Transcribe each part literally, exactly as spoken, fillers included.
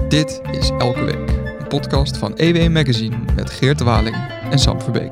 Dit is Elke Week, een podcast van E W Magazine met Geert de Waling en Sam Verbeek.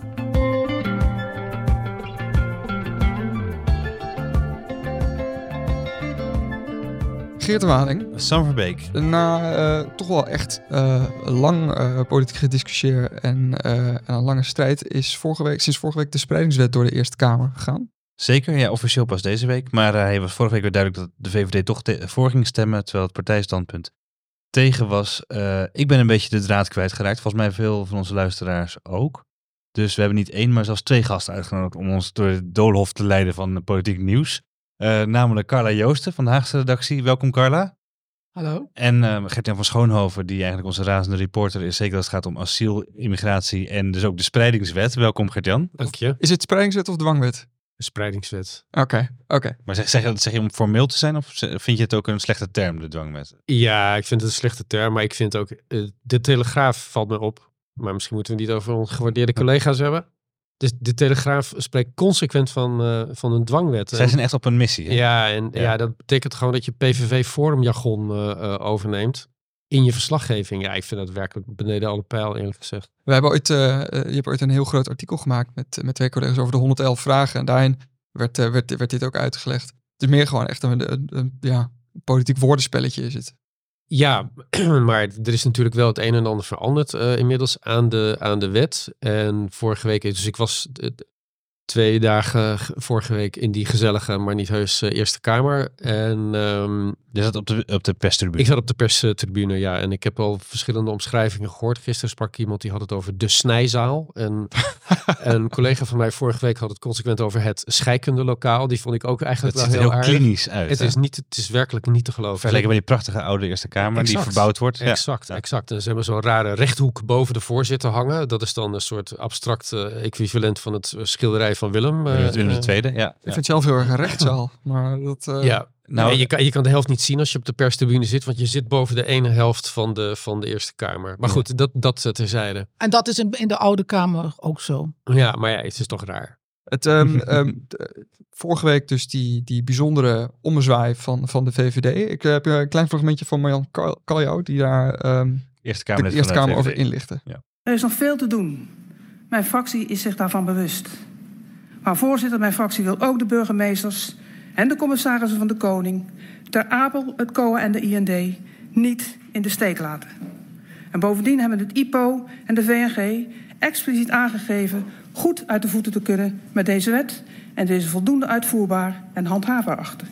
Geert de Waling. Sam Verbeek. Na uh, toch wel echt uh, lang uh, politiek gediscussieer en, uh, en een lange strijd is vorige week, sinds vorige week de spreidingswet door de Eerste Kamer gegaan. Zeker, ja, officieel pas deze week. Maar uh, hij was vorige week weer duidelijk dat de V V D toch te- voor ging stemmen, terwijl het partijstandpunt tegen was. Uh, ik ben een beetje de draad kwijtgeraakt. Volgens mij veel van onze luisteraars ook. Dus we hebben niet één, maar zelfs twee gasten uitgenodigd om ons door het doolhof te leiden van politiek nieuws. Uh, namelijk Carla Joosten van de Haagse redactie. Welkom Carla. Hallo. En uh, Gert-Jan van Schoonhoven, die eigenlijk onze razende reporter is. Zeker als het gaat om asiel, immigratie en dus ook de spreidingswet. Welkom Gert-Jan. Dank je. Is het spreidingswet of dwangwet? De spreidingswet. Oké, okay, oké. Okay. Maar zeg, zeg, zeg je om formeel te zijn of vind je het ook een slechte term, de dwangwet? Ja, ik vind het een slechte term, maar ik vind ook, uh, de Telegraaf valt me op. Maar misschien moeten we het niet over onze gewaardeerde collega's hebben. Dus de Telegraaf spreekt consequent van, uh, van een dwangwet. Zij zijn echt op een missie. Hè? Ja, en ja. ja, dat betekent gewoon dat je P V V-forumjargon uh, uh, overneemt in je verslaggeving. Ja, ik vind dat werkelijk beneden alle pijl, eerlijk gezegd. We hebben ooit, uh, je hebt ooit een heel groot artikel gemaakt met, met twee collega's over de honderdelf vragen. En daarin werd, uh, werd, werd dit ook uitgelegd. Het is meer gewoon echt een, een, een ja, politiek woordenspelletje is het. Ja, maar er is natuurlijk wel het een en ander veranderd uh, inmiddels aan de, aan de wet. En vorige week, dus ik was uh, twee dagen vorige week in die gezellige, maar niet heus uh, Eerste Kamer. En um, je zat op de, op de perstribune? Ik zat op de perstribune, ja. En ik heb al verschillende omschrijvingen gehoord. Gisteren sprak iemand die had het over de snijzaal. En een collega van mij vorige week had het consequent over het scheikundelokaal. Die vond ik ook eigenlijk het wel heel, heel heel aardig. klinisch uit. Het is, niet, het is werkelijk niet te geloven. Vergeleken bij die prachtige oude Eerste Kamer exact, die verbouwd wordt. Exact, ja. exact. En ze hebben zo'n rare rechthoek boven de voorzitter hangen. Dat is dan een soort abstract uh, equivalent van het schilderij van Willem. Uh, in de tweede, ja. Ik vind het zelf heel erg een rechtszaal. Maar dat, uh... Ja. Nou, nee, je, kan, je kan de helft niet zien als je op de perstribune zit, want je zit boven de ene helft van de, van de Eerste Kamer. Maar goed, ja. dat, dat terzijde. En dat is in, in de Oude Kamer ook zo. Ja, maar ja, het is toch raar. Het, um, um, de, vorige week dus die, die bijzondere ommezwaai van, van de V V D. Ik uh, heb een klein fragmentje van Marjan Kaljouw, die daar um, Eerste Kamer, de Eerste Kamer over inlichtte. Ja. Er is nog veel te doen. Mijn fractie is zich daarvan bewust. Maar voorzitter, mijn fractie wil ook de burgemeesters en de commissarissen van de Koning, Ter Apel, het C O A en de I N D niet in de steek laten. En bovendien hebben het I P O en de V N G expliciet aangegeven goed uit de voeten te kunnen met deze wet en deze voldoende uitvoerbaar en handhaafbaar achten.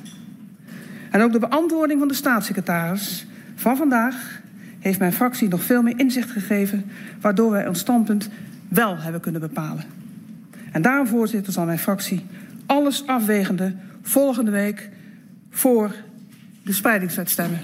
En ook de beantwoording van de staatssecretaris van vandaag heeft mijn fractie nog veel meer inzicht gegeven, waardoor wij ons standpunt wel hebben kunnen bepalen. En daarom, voorzitter, zal mijn fractie alles afwegende volgende week voor de spreidingswet stemmen.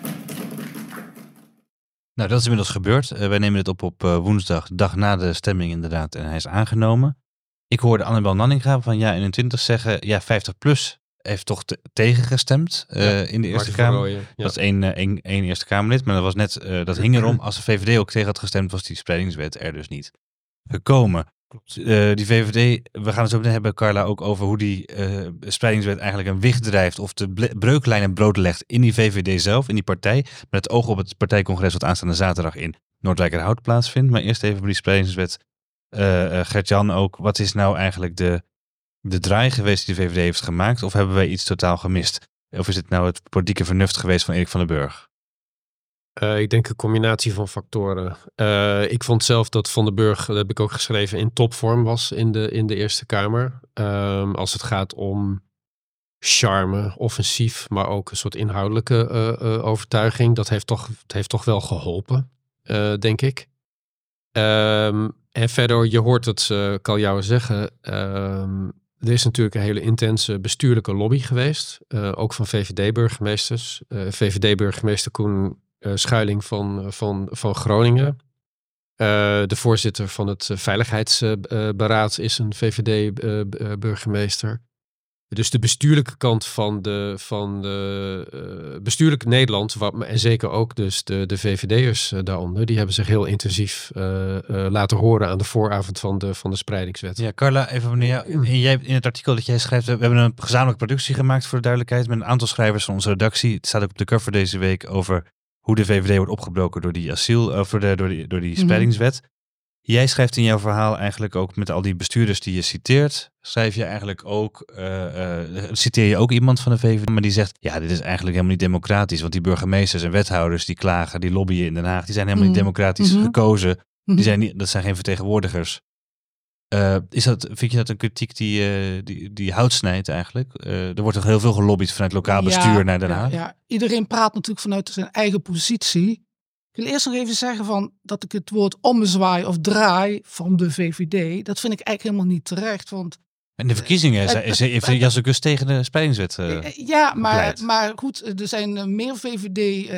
Nou, dat is inmiddels gebeurd. Uh, wij nemen dit op op uh, woensdag, dag na de stemming inderdaad. En hij is aangenomen. Ik hoorde Annabel Nanninga van Ja eenentwintig zeggen, ja, vijftig plus heeft toch te- tegengestemd uh, ja, in de Eerste Kamer. Rooien, ja. Dat is één, uh, één, één Eerste Kamerlid, maar dat was net, uh, dat hing erom. Als de V V D ook tegen had gestemd, was die spreidingswet er dus niet gekomen. Uh, die V V D, we gaan het zo meteen hebben, Carla, ook over hoe die uh, spreidingswet eigenlijk een wicht drijft of de ble- breuklijnen brood legt in die V V D zelf, in die partij, met het oog op het partijcongres wat aanstaande zaterdag in Noordwijkerhout plaatsvindt. Maar eerst even bij die spreidingswet. Uh, uh, Gert-Jan ook, wat is nou eigenlijk de, de draai geweest die de V V D heeft gemaakt? Of hebben wij iets totaal gemist? Of is het nou het politieke vernuft geweest van Erik van den Burg? Uh, ik denk een combinatie van factoren. Uh, ik vond zelf dat Van den Burg, dat heb ik ook geschreven, in topvorm was in de, in de Eerste Kamer. Um, als het gaat om charme, offensief, maar ook een soort inhoudelijke uh, uh, overtuiging. Dat heeft toch, het heeft toch wel geholpen, uh, denk ik. Um, en verder, je hoort het uh, Kaljouw zeggen, um, er is natuurlijk een hele intense bestuurlijke lobby geweest. Uh, ook van V V D-burgemeesters. Uh, V V D-burgemeester Koen Uh, Schuiling van, van, van Groningen. Uh, de voorzitter van het uh, Veiligheidsberaad uh, is een V V D-burgemeester. Uh, dus de bestuurlijke kant van de, van de uh, bestuurlijke Nederland, wat, en zeker ook dus de, de V V D'ers uh, daaronder, die hebben zich heel intensief uh, uh, laten horen aan de vooravond van de, van de spreidingswet. Ja, Carla, even wanneer jou, in, jij, in het artikel dat jij schrijft, we hebben een gezamenlijke productie gemaakt voor de duidelijkheid met een aantal schrijvers van onze redactie. Het staat ook op de cover deze week over hoe de V V D wordt opgebroken door die asiel, of door, de, door die, door die spreidingswet. Mm-hmm. Jij schrijft in jouw verhaal eigenlijk ook met al die bestuurders die je citeert, schrijf je eigenlijk ook, uh, uh, citeer je ook iemand van de V V D, maar die zegt, ja, dit is eigenlijk helemaal niet democratisch, want die burgemeesters en wethouders die klagen, die lobbyen in Den Haag, die zijn helemaal mm. niet democratisch mm-hmm. gekozen. Mm-hmm. Die zijn niet, dat zijn geen vertegenwoordigers. Uh, is dat, vind je dat een kritiek die, uh, die, die hout snijdt eigenlijk? Uh, er wordt toch heel veel gelobbyd vanuit lokaal bestuur ja, naar Den Haag? Ja, ja, iedereen praat natuurlijk vanuit zijn eigen positie. Ik wil eerst nog even zeggen van dat ik het woord ommezwaai of draai van de V V D, dat vind ik eigenlijk helemaal niet terecht. Want en de verkiezingen, uh, is, heeft Jazekus tegen de spreidingswet uh, Ja, maar, maar goed, er zijn uh, meer V V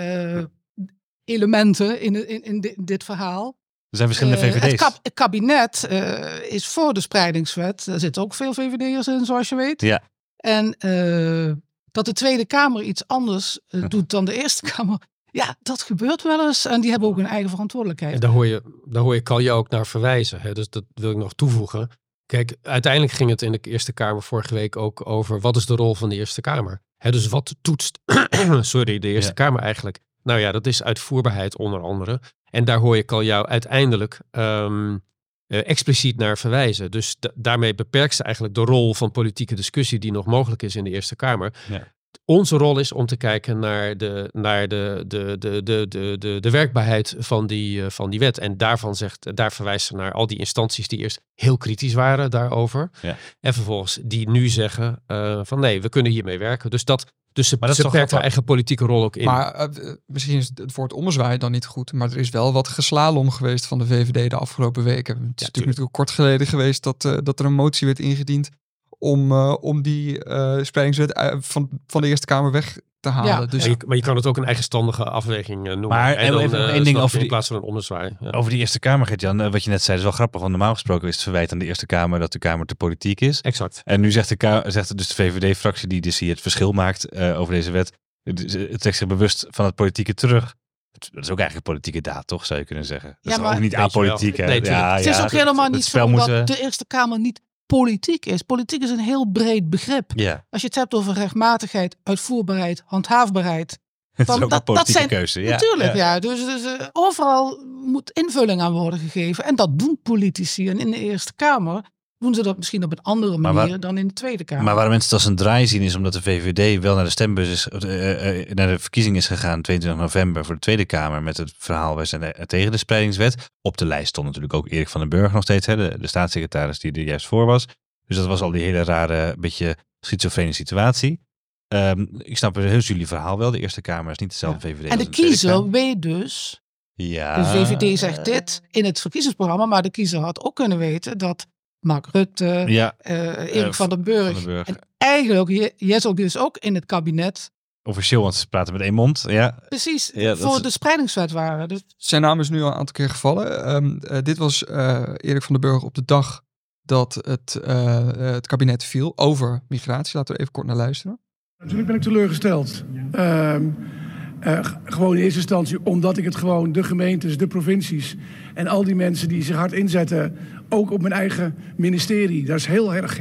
D-elementen uh, in, in, in, dit, in dit verhaal. Er zijn verschillende uh, V V D's. Het, kab- het kabinet uh, is voor de spreidingswet. Er zitten ook veel V V D'ers in, zoals je weet. Ja. En uh, dat de Tweede Kamer iets anders uh, doet dan de Eerste Kamer. Ja, dat gebeurt wel eens. En die hebben ook een eigen verantwoordelijkheid. En daar hoor je, daar hoor je Kalja ook naar verwijzen. Hè? Dus dat wil ik nog toevoegen. Kijk, uiteindelijk ging het in de Eerste Kamer vorige week ook over wat is de rol van de Eerste Kamer. Hè, dus wat toetst sorry, de Eerste ja. Kamer eigenlijk? Nou ja, dat is uitvoerbaarheid onder andere. En daar hoor je Kalja uiteindelijk um, uh, expliciet naar verwijzen. Dus d- daarmee beperkt ze eigenlijk de rol van politieke discussie die nog mogelijk is in de Eerste Kamer. Ja. Onze rol is om te kijken naar de, naar de, de, de, de, de, de, de werkbaarheid van die, uh, van die wet. En daarvan zegt, daar verwijst ze naar al die instanties die eerst heel kritisch waren daarover. Ja. En vervolgens die nu zeggen uh, van nee, we kunnen hiermee werken. Dus dat, dus ze, ze perkt haar eigen politieke rol ook in. Maar uh, misschien is het woord ommezwaai dan niet goed. Maar er is wel wat geslalom geweest van de V V D de afgelopen weken. Het is ja, natuurlijk, natuurlijk kort geleden geweest dat, uh, dat er een motie werd ingediend om, uh, om die uh, spreidingswet van, van de Eerste Kamer weg te halen. Ja. Dus, ja, je, maar je kan het ook een eigenstandige afweging uh, noemen. Maar en dan, even uh, één ding over die, in plaats van een ommezwaai. Ja. Over die Eerste Kamer, Gert-Jan, uh, wat je net zei, is wel grappig. Want normaal gesproken is het verwijt aan de Eerste Kamer dat de Kamer te politiek is. Exact. En nu zegt, de Ka- zegt dus de V V D-fractie die dus hier het verschil maakt uh, over deze wet. Het trekt zich bewust van het politieke terug. Dat is ook eigenlijk een politieke daad, toch, zou je kunnen zeggen. Dat ja, is maar, ook niet apolitiek. Nee, ja, het is ja, ook helemaal het, niet het zo moet, dat de Eerste Kamer niet politiek is. Politiek is een heel breed begrip. Ja. Als je het hebt over rechtmatigheid, uitvoerbaarheid, handhaafbaarheid. Het is ook dat, een politieke dat zijn, keuze. Ja, natuurlijk, ja. ja. Dus, dus uh, overal moet invulling aan worden gegeven. En dat doen politici. En in de Eerste Kamer doen ze dat misschien op een andere manier waar, dan in de Tweede Kamer. Maar waarom mensen het als een draai zien is omdat de V V D wel naar de stembus is, uh, uh, naar de verkiezing is gegaan tweeëntwintig november voor de Tweede Kamer met het verhaal wij zijn tegen de spreidingswet. Op de lijst stond natuurlijk ook Erik van den Burg nog steeds, hè, de, de staatssecretaris die er juist voor was. Dus dat was al die hele rare, beetje schizofrene situatie. Um, ik snap heel jullie verhaal wel. De Eerste Kamer is niet dezelfde ja. V V D. En de, de kiezer weet dus, ja. de V V D zegt dit in het verkiezingsprogramma, maar de kiezer had ook kunnen weten dat Mark Rutte, ja. uh, Erik uh, van den Burg, van den Burg. En eigenlijk, Jezel dus ook in het kabinet. Officieel, want ze praten met één mond. Ja. Precies, ja, voor is... de spreidingswet waren. Dus... Zijn naam is nu al een aantal keer gevallen. Um, uh, dit was uh, Erik van den Burg op de dag dat het, uh, het kabinet viel over migratie. Laten we even kort naar luisteren. Natuurlijk ben ik teleurgesteld. Uh, uh, gewoon in eerste instantie omdat ik het gewoon de gemeentes, de provincies en al die mensen die zich hard inzetten, ook op mijn eigen ministerie. Daar is heel erg,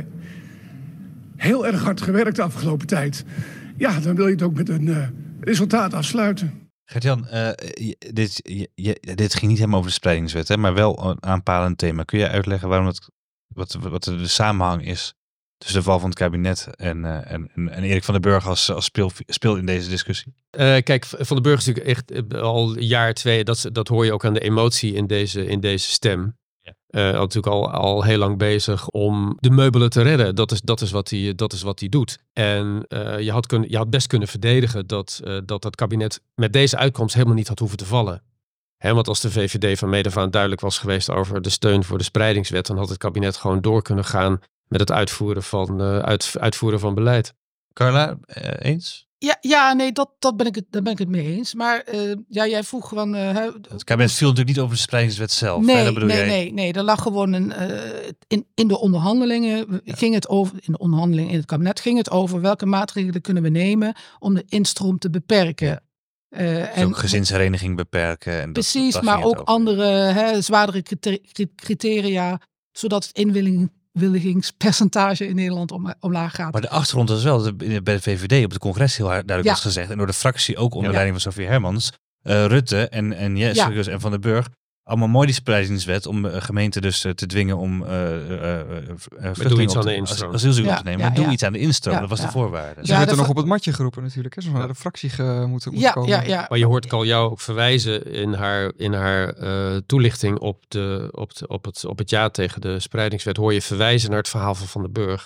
heel erg hard gewerkt de afgelopen tijd. Ja, dan wil je het ook met een uh, resultaat afsluiten. Gert-Jan, uh, dit, je, je, dit ging niet helemaal over de spreidingswet, hè, maar wel een aanpalend thema. Kun je uitleggen waarom het, wat, wat de samenhang is tussen de val van het kabinet en, uh, en, en Erik van den Burg als, als speel, speel in deze discussie? Uh, kijk, Van den Burg is natuurlijk echt al een jaar, twee, dat, dat hoor je ook aan de emotie in deze, in deze stem. Ja. Uh, natuurlijk al, al heel lang bezig om de meubelen te redden. Dat is, dat is, wat, hij, dat is wat hij doet. En uh, je, had kun, je had best kunnen verdedigen dat, uh, dat het kabinet met deze uitkomst helemaal niet had hoeven te vallen. He, want als de V V D van meet af aan duidelijk was geweest over de steun voor de spreidingswet, dan had het kabinet gewoon door kunnen gaan met het uitvoeren van, uh, uit, uitvoeren van beleid. Carla, uh, eens? Ja, ja, nee, dat, dat ben ik het, daar ben ik het mee eens. Maar uh, ja, jij vroeg van... Uh, het kabinet viel natuurlijk niet over de spreidingswet zelf. Nee, hè, dat bedoel nee, jij? nee, nee. Er lag gewoon een... Uh, in, in de onderhandelingen ja. ging het over... In de onderhandelingen in het kabinet ging het over welke maatregelen kunnen we nemen om de instroom te beperken. Ja. Uh, en ook gezinshereniging beperken. En precies, dat, dat maar ook over. andere hè, zwaardere criteria, zodat het inwilligingspercentage in Nederland om, omlaag gaat. Maar de achtergrond is wel, dat bij de V V D op het congres heel duidelijk ja. was gezegd, en door de fractie ook onder ja. leiding van Sophie Hermans, uh, Rutte en, en, yes, Ja. en Van den Burg... allemaal mooi die spreidingswet om uh, gemeenten dus uh, te dwingen om uh, uh, uh, doe iets aan de instroom. asielzoekers Ja, te nemen. ja, maar doe ja. iets aan de instroom. Ja, dat was ja. de voorwaarde. Ze Ja, werd er de nog va- op het matje geroepen natuurlijk. Hè? Ze naar de fractie ge, moeten, moeten Ja, komen. ja, ja. Maar je hoort Kaljou ook verwijzen in haar, in haar uh, toelichting op, de, op, de, op, het, op het ja tegen de spreidingswet. Hoor je verwijzen naar het verhaal van Van den Burg.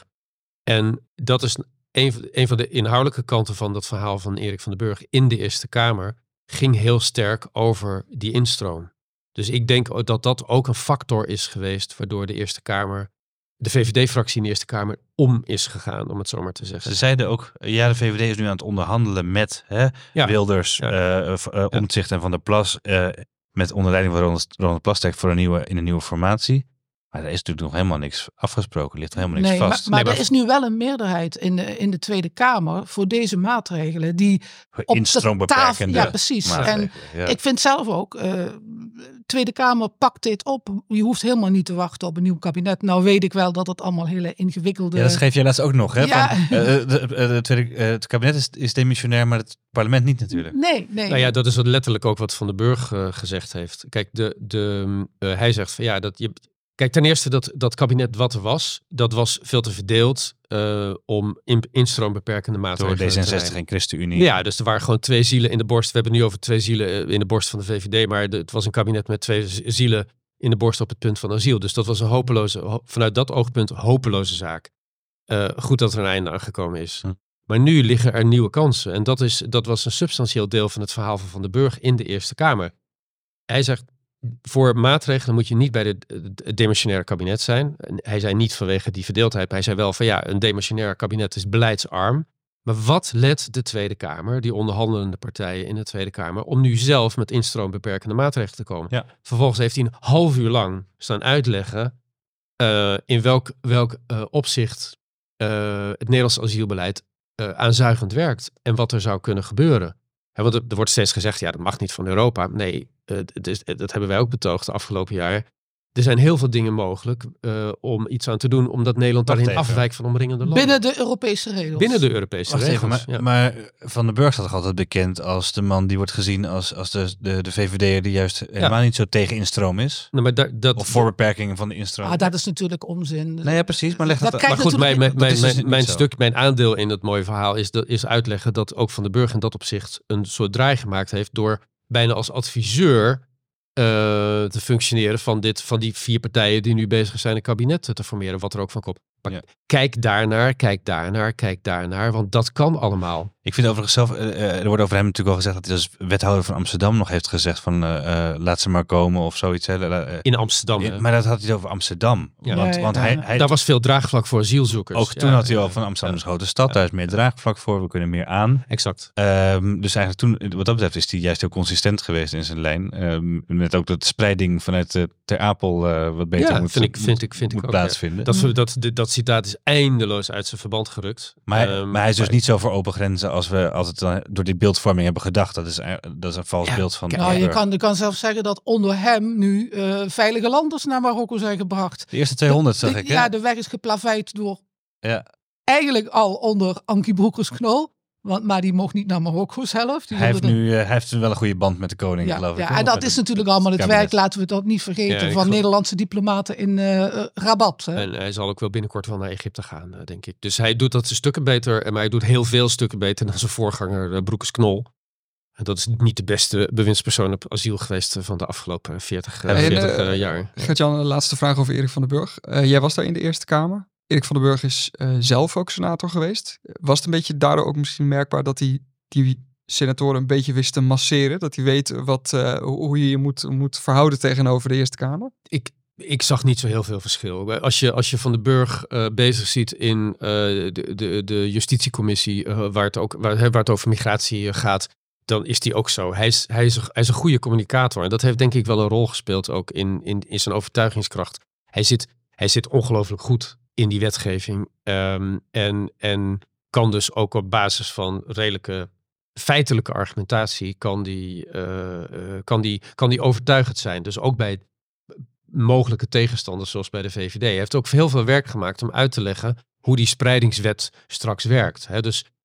En dat is een, een van de inhoudelijke kanten van dat verhaal van Erik van den Burg in de Eerste Kamer. Ging heel sterk over die instroom. Dus ik denk dat dat ook een factor is geweest waardoor de Eerste Kamer, de V V D-fractie in de Eerste Kamer om is gegaan, om het zo maar te zeggen. Ze zeiden ook, ja, de V V D is nu aan het onderhandelen met hè, Ja. Wilders, Ja. uh, uh, Omtzigt en Van der Plas, uh, met onder leiding van Ronald, Ronald Plasterk voor een nieuwe, in een nieuwe formatie. Maar er is natuurlijk nog helemaal niks afgesproken, ligt er helemaal niks Nee, vast. maar, maar, Nee, maar- er is nu wel een meerderheid in de, in de Tweede Kamer voor deze maatregelen die op de tafel... Instroombeperkende Ja, precies. En maatregelen, ja. ik vind zelf ook, uh, Tweede Kamer pakt dit op. Je hoeft helemaal niet te wachten op een nieuw kabinet. Nou weet ik wel dat het allemaal hele ingewikkelde... Ja, dat schreef jij laatst ook nog. Hè? Ja. Van, uh, de, de, de, uh, het kabinet is, is demissionair, maar het parlement niet natuurlijk. Nee, nee. Nou ja, dat is wat letterlijk ook wat Van den Burg uh, gezegd heeft. Kijk, de, de, uh, hij zegt van ja, dat je... Kijk, ten eerste dat, dat kabinet wat er was, dat was veel te verdeeld uh, om in, instroombeperkende maatregelen Door D te zesenzestig nemen. en ChristenUnie. Ja, dus er waren gewoon twee zielen in de borst. We hebben het nu over twee zielen in de borst van de V V D, maar de, het was een kabinet met twee zielen in de borst op het punt van asiel. Dus dat was een hopeloze, ho- vanuit dat oogpunt hopeloze zaak. Uh, goed dat er een einde aan gekomen is. Hm. Maar nu liggen er nieuwe kansen. En dat, is, dat was een substantieel deel van het verhaal van Van den Burg in de Eerste Kamer. Hij zegt, voor maatregelen moet je niet bij de, het demissionaire kabinet zijn. En hij zei niet vanwege die verdeeldheid, maar hij zei wel van ja, een demissionair kabinet is beleidsarm. Maar wat let de Tweede Kamer, die onderhandelende partijen in de Tweede Kamer, om nu zelf met instroombeperkende maatregelen te komen? Ja. Vervolgens heeft hij een half uur lang staan uitleggen uh, in welk, welk uh, opzicht uh, het Nederlandse asielbeleid uh, aanzuigend werkt en wat er zou kunnen gebeuren. Ja, want er, er wordt steeds gezegd, ja, dat mag niet van Europa. Nee, uh, het is, dat hebben wij ook betoogd de afgelopen jaren. Er zijn heel veel dingen mogelijk uh, om iets aan te doen, omdat Nederland Wacht daarin even. afwijkt van omringende landen. Binnen de Europese regels. Binnen de Europese Wacht regels. even, maar, ja. maar Van den Burg staat toch altijd bekend als de man die wordt gezien als, als de, de, de V V D'er die juist helemaal niet zo tegen instroom is. Nou, maar da, dat, Of voor beperkingen van de instroom. Ah, dat is natuurlijk onzin. Nee, ja, precies. Maar leg Dat dat, kijkt maar goed, mijn, natuurlijk- mijn, dat mijn, is dus mijn, niet mijn zo. stuk, mijn aandeel in dat mooie verhaal is, dat, is uitleggen dat ook Van den Burg in dat opzicht een soort draai gemaakt heeft door bijna als adviseur uh, te functioneren van, dit, van die vier partijen die nu bezig zijn een kabinet te formeren, wat er ook van komt. Maar Ja. kijk daarnaar, kijk daarnaar, kijk daarnaar, want dat kan allemaal. Ik vind overigens zelf, uh, uh, er wordt over hem natuurlijk al gezegd dat hij als wethouder van Amsterdam nog heeft gezegd van uh, uh, laat ze maar komen of zoiets. Hè. Uh, In Amsterdam. in- hè. maar dat had hij over Amsterdam. Ja. Want, Ja, ja, want ja. hij, hij Daar was veel draagvlak voor asielzoekers. ook toen Ja, had hij al ja, van Amsterdam ja. is een grote stad, daar is meer draagvlak voor, we kunnen meer aan. Exact. Um, dus eigenlijk toen, wat dat betreft, is hij juist heel consistent geweest in zijn lijn. Um, met ook dat spreiding vanuit uh, Ter Apel uh, wat beter Ja, moet, vind ik- vind moet- ik- vind ik moet ook, ja. plaatsvinden. Dat, dat, dat, dat citaat is eindeloos uit zijn verband gerukt. Maar, Ehm, maar hij is dus maar- niet zo voor open grenzen als we altijd uh, door die beeldvorming hebben gedacht. Dat is, eigenlijk- dat is een vals Ja, beeld van kijk, de Nou, je burger. kan, je kan zelfs zeggen dat onder hem nu uh, veilige landers naar Marokko zijn gebracht. De eerste tweehonderd De- zag de- ik, hè? Ja, de weg is geplaveid door Ja. eigenlijk al onder Ankie Broekers-Knol. Want, maar die mocht niet naar Marokko zelf. Die Hij heeft, wilde nu, uh, hij heeft wel een goede band met de koning, Ja, geloof ik. ja, hè? en dat Met is het- natuurlijk allemaal het kabinet. werk, laten we dat niet vergeten, Ja, ik van geloof- Nederlandse diplomaten in uh, Rabat. Hè. En hij zal ook wel binnenkort wel naar Egypte gaan, uh, denk ik. Dus hij doet dat stukken beter, maar hij doet heel veel stukken beter dan zijn voorganger uh, Broekers-Knol. En dat is niet de beste bewindspersoon op asiel geweest uh, van de afgelopen veertig, uh, En, veertig uh, uh, jaar. Gert-Jan, een laatste vraag over Erik van den Burg. Uh, jij was daar in de Eerste Kamer. Erik van den Burg is uh, zelf ook senator geweest. Was het een beetje daardoor ook misschien merkbaar dat hij die senatoren een beetje wist te masseren? Dat hij weet wat, uh, hoe je je moet, moet verhouden tegenover de Eerste Kamer? Ik, ik zag niet zo heel veel verschil. Als je, als je Van den Burg uh, bezig ziet in uh, de, de, de justitiecommissie, uh, waar, het ook, waar, waar het over migratie uh, gaat, dan is die ook zo. Hij is, hij, is een, hij is een goede communicator. En dat heeft denk ik wel een rol gespeeld ook in, in, in zijn overtuigingskracht. Hij zit, hij zit ongelooflijk goed in die wetgeving. Um, en, en kan dus ook op basis van redelijke feitelijke argumentatie kan die, uh, uh, kan die, kan die overtuigend zijn. Dus ook bij mogelijke tegenstanders zoals bij de V V D. Hij heeft ook heel veel werk gemaakt om uit te leggen hoe die spreidingswet straks werkt. Hè? Dus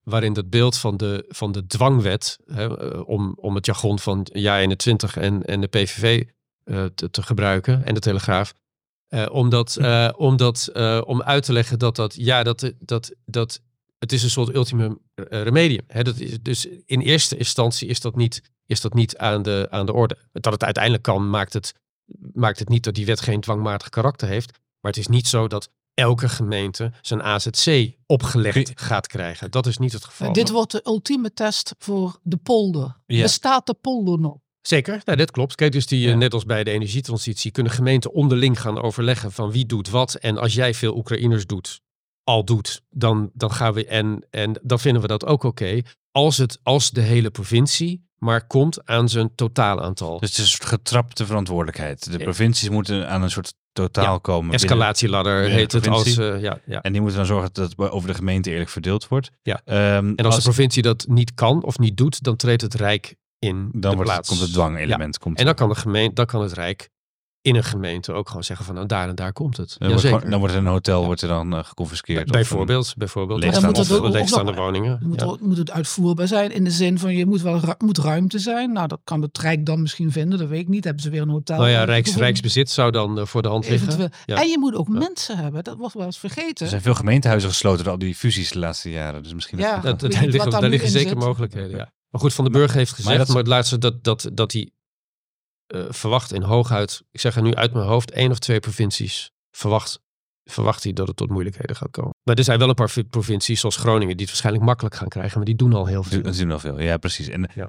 waarin dat beeld van de, van de dwangwet, hè, om, om het jargon van jaar eenentwintig en, en de P V V uh, te, te gebruiken en de Telegraaf, uh, om, dat, uh, om, dat, uh, om uit te leggen dat dat, ja, dat, dat, dat het is een soort ultimum remedium. Hè, dat is, dus in eerste instantie is dat niet, is dat niet aan, de, aan de orde. Dat het uiteindelijk kan, maakt het, maakt het niet dat die wet geen dwangmatig karakter heeft, maar het is niet zo dat elke gemeente zijn A Z C opgelegd gaat krijgen. Dat is niet het geval. Uh, dit wordt de ultieme test voor de polder. Ja. Bestaat de polder nog? Zeker, nou, dit klopt. Kijk, dus die, ja. net als bij de energietransitie, kunnen gemeenten onderling gaan overleggen van wie doet wat. En als jij veel Oekraïners doet, al doet, dan, dan gaan we en, en dan vinden we dat ook oké. Okay, als het als de hele provincie maar komt aan zijn totaalaantal. Dus het is een soort getrapte verantwoordelijkheid. De provincies moeten aan een soort totaal ja, komen. Escalatieladder binnen, heet binnen het als uh, ja, ja. En die moeten dan zorgen dat het over de gemeente eerlijk verdeeld wordt. Ja. Um, en als, als de provincie dat niet kan of niet doet, dan treedt het Rijk in dan de wordt plaats. Het, komt het dwangelement. Ja. Komt en dan kan de gemeente, dan kan het Rijk in een gemeente ook gewoon zeggen van nou daar en daar komt het. Dan, wordt, gewoon, dan wordt een hotel ja. wordt er dan uh, geconfiskeerd. Bij, bijvoorbeeld, bijvoorbeeld. Leegstaande, of, ook, of leegstaande ook, woningen. Moet, ja. moet het uitvoerbaar zijn in de zin van je moet wel ru- moet ruimte zijn. Nou dat kan het Rijk dan misschien vinden, dat weet ik niet. Hebben ze weer een hotel. Nou ja, Rijks, Rijksbezit zou dan uh, voor de hand liggen. Ja. En je moet ook ja. mensen hebben, dat wordt wel eens vergeten. Er zijn veel gemeentehuizen gesloten door al die fusies de laatste jaren. Dus misschien ja, dat, dat, daar liggen, daar liggen zeker zit. mogelijkheden. Ja. Maar goed, Van den Burg heeft gezegd, maar, dat, maar het laatste dat, dat, dat hij uh, verwacht in hooguit, ik zeg er nu uit mijn hoofd, één of twee provincies verwacht, verwacht hij dat het tot moeilijkheden gaat komen. Maar er zijn wel een paar provincies zoals Groningen die het waarschijnlijk makkelijk gaan krijgen, maar die doen al heel veel. Die doen al veel, ja precies. En, ja.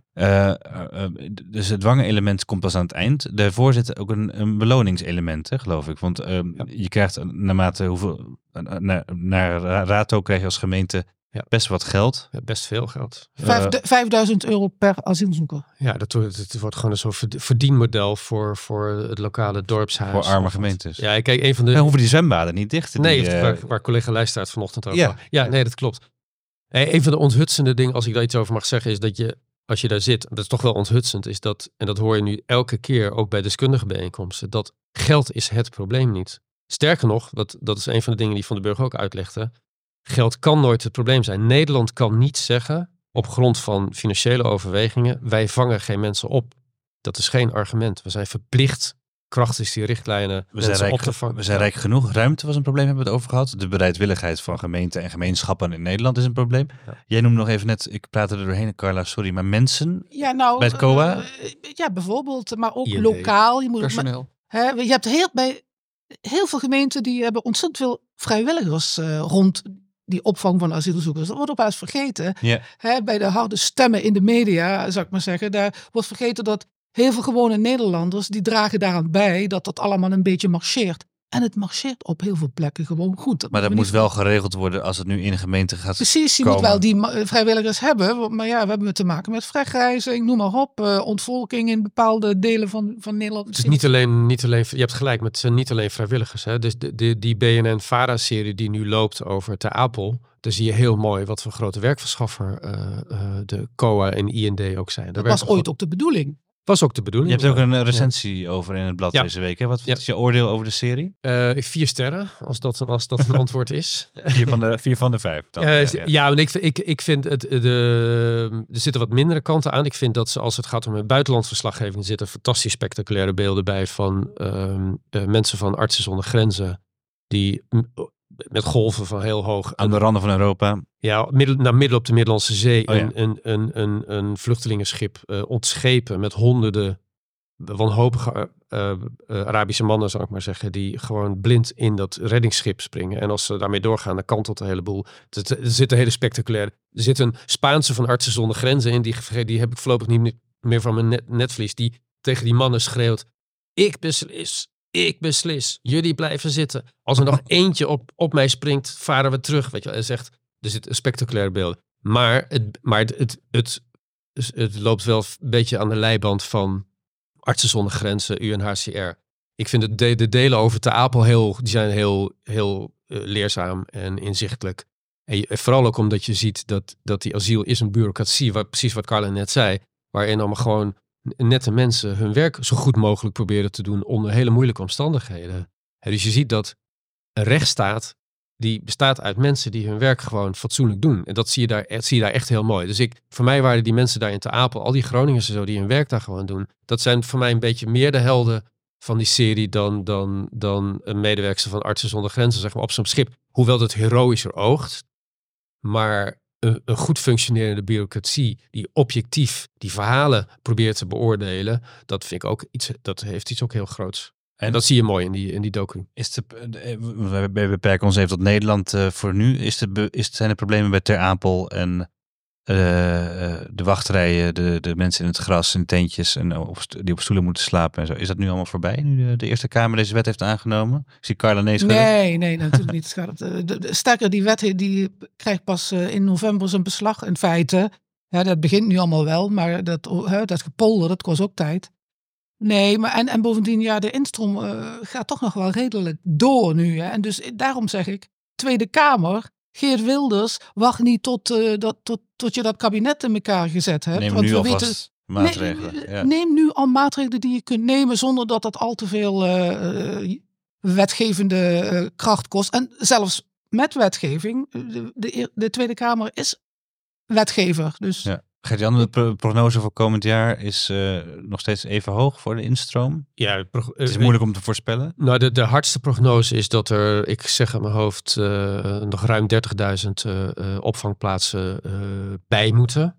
Uh, uh, dus het dwangelement komt pas aan het eind. Daarvoor zit ook een, een beloningselement, hè, geloof ik. Want uh, ja. je krijgt naarmate hoeveel, naar, naar Rato krijg je als gemeente ja. best wat geld. Ja, best veel geld. Vijf, uh, vijfduizend euro per asielzoeker. Ja, dat wordt, het wordt gewoon een soort verdienmodel voor, voor het lokale dorpshuis. Voor arme gemeentes. Ja, kijk, een van de... En hoeven die zwembaden niet dicht te Nee, die, uh... waar, waar collega Lijstaert vanochtend over ja. ja, nee, dat klopt. Hey, een van de onthutsende dingen, als ik daar iets over mag zeggen, is dat je, als je daar zit, dat is toch wel onthutsend, is dat, en dat hoor je nu elke keer, ook bij deskundige bijeenkomsten, dat geld is het probleem niet. Sterker nog, dat, dat is een van de dingen die Van den Burg ook uitlegde, geld kan nooit het probleem zijn. Nederland kan niet zeggen, op grond van financiële overwegingen, wij vangen geen mensen op. Dat is geen argument. We zijn verplicht, krachtens die richtlijnen, we zijn rijk, op te vangen. We zijn rijk genoeg. Ruimte was een probleem, hebben we het over gehad. De bereidwilligheid van gemeenten en gemeenschappen in Nederland is een probleem. Ja. Jij noemde nog even net, ik praatte er doorheen, Carla, sorry, maar mensen ja, nou, bij het C O A? Uh, ja, bijvoorbeeld, maar ook I N D. lokaal. Je moet personeel. Maar, hè, je hebt heel, bij heel veel gemeenten die hebben ontzettend veel vrijwilligers uh, rond die opvang van asielzoekers. Dat wordt ook wel eens vergeten. Yeah. Hè, bij de harde stemmen in de media, zou ik maar zeggen, daar wordt vergeten dat heel veel gewone Nederlanders, die dragen daaraan bij dat dat allemaal een beetje marcheert. En het marcheert op heel veel plekken gewoon goed. Dat maar dat moet niet... wel geregeld worden als het nu in de gemeente gaat Precies, je komen. moet wel die ma- vrijwilligers hebben. Maar ja, we hebben te maken met wegreizing, noem maar op. Uh, ontvolking in bepaalde delen van, van Nederland. Het is niet alleen, niet alleen, je hebt gelijk, maar het zijn niet alleen vrijwilligers. Hè? Dus de, de, die B N N-Vara-serie die nu loopt over Ter Apel, daar zie je heel mooi wat voor grote werkverschaffer uh, uh, de C O A en I N D ook zijn. Dat was ooit ook de bedoeling. Was ook de bedoeling. Je hebt ook een recensie ja. over in het blad ja. deze week. Hè? Wat ja. is je oordeel over de serie? Uh, vier sterren, als dat, als dat een antwoord is. Vier van de, vier van de vijf. Dan. Uh, ja, ja. ja ik, ik, ik vind het, de, er zitten wat mindere kanten aan. Ik vind dat ze, als het gaat om een buitenlandverslaggeving, zitten fantastisch spectaculaire beelden bij van um, uh, mensen van Artsen zonder Grenzen die m- met golven van heel hoog aan de randen van Europa. Ja, middel, naar midden op de Middellandse Zee oh, ja. een, een, een, een, een vluchtelingenschip uh, ontschepen met honderden wanhopige uh, uh, Arabische mannen, zou ik maar zeggen, die gewoon blind in dat reddingsschip springen. En als ze daarmee doorgaan, dan kantelt een heleboel. Er, er zit een hele spectaculaire. Er zit een Spaanse van Artsen zonder Grenzen in, die, die heb ik voorlopig niet meer van mijn net, netvlies, die tegen die mannen schreeuwt: ik beslis. Ik beslis. Jullie blijven zitten. Als er nog eentje op, op mij springt, varen we terug. Weet je wel. Hij zegt, er zitten spectaculaire beelden. Maar, het, maar het, het, het, het loopt wel een beetje aan de leiband van Artsen zonder Grenzen, U N H C R. Ik vind het de, de delen over Ter Apel heel, die zijn heel, heel uh, leerzaam en inzichtelijk. En je, vooral ook omdat je ziet dat, dat die asiel is een bureaucratie, waar, precies wat Carla net zei, waarin allemaal gewoon nette mensen hun werk zo goed mogelijk proberen te doen onder hele moeilijke omstandigheden. He, dus je ziet dat een rechtsstaat, die bestaat uit mensen die hun werk gewoon fatsoenlijk doen. En dat zie je daar, zie je daar echt heel mooi. Dus ik, voor mij waren die mensen daar in Ter Apel, al die Groningers en zo, die hun werk daar gewoon doen. Dat zijn voor mij een beetje meer de helden van die serie dan, dan, dan een medewerker van Artsen zonder Grenzen, zeg maar, op zo'n schip. Hoewel dat heroïscher oogt. Maar een, een goed functionerende bureaucratie die objectief die verhalen probeert te beoordelen, dat vind ik ook iets, dat heeft iets ook heel groots. En dat zie je mooi in die, in die docu. Is de, we beperken ons even tot Nederland uh, voor nu. Is de, is, zijn er problemen bij Ter Apel en uh, de wachtrijen, de, de mensen in het gras, in tentjes en op, die op stoelen moeten slapen en zo. Is dat nu allemaal voorbij, nu de, de Eerste Kamer deze wet heeft aangenomen? Ik zie Carla nee schudden. Nee, nee, natuurlijk niet. De, de, de, sterker, die wet die krijgt pas uh, in november zijn beslag in feite. Ja, dat begint nu allemaal wel, maar dat, uh, dat gepolder, dat kost ook tijd. Nee, maar en, en bovendien, ja, de instroom uh, gaat toch nog wel redelijk door nu. Hè? En dus daarom zeg ik, Tweede Kamer, Geert Wilders, wacht niet tot, uh, dat, tot, tot je dat kabinet in elkaar gezet hebt. Neem want nu we alvast weten, maatregelen. Nee, ja. Neem nu al maatregelen die je kunt nemen zonder dat dat al te veel uh, uh, wetgevende uh, kracht kost. En zelfs met wetgeving, de, de, de Tweede Kamer is wetgever. Dus... Ja. Gert-Jan, de pro- prognose voor komend jaar is uh, nog steeds even hoog voor de instroom. Ja, pro- het is moeilijk om te voorspellen. Nou, de, de hardste prognose is dat er, ik zeg uit mijn hoofd, uh, nog ruim dertigduizend uh, uh, opvangplaatsen uh, bij moeten.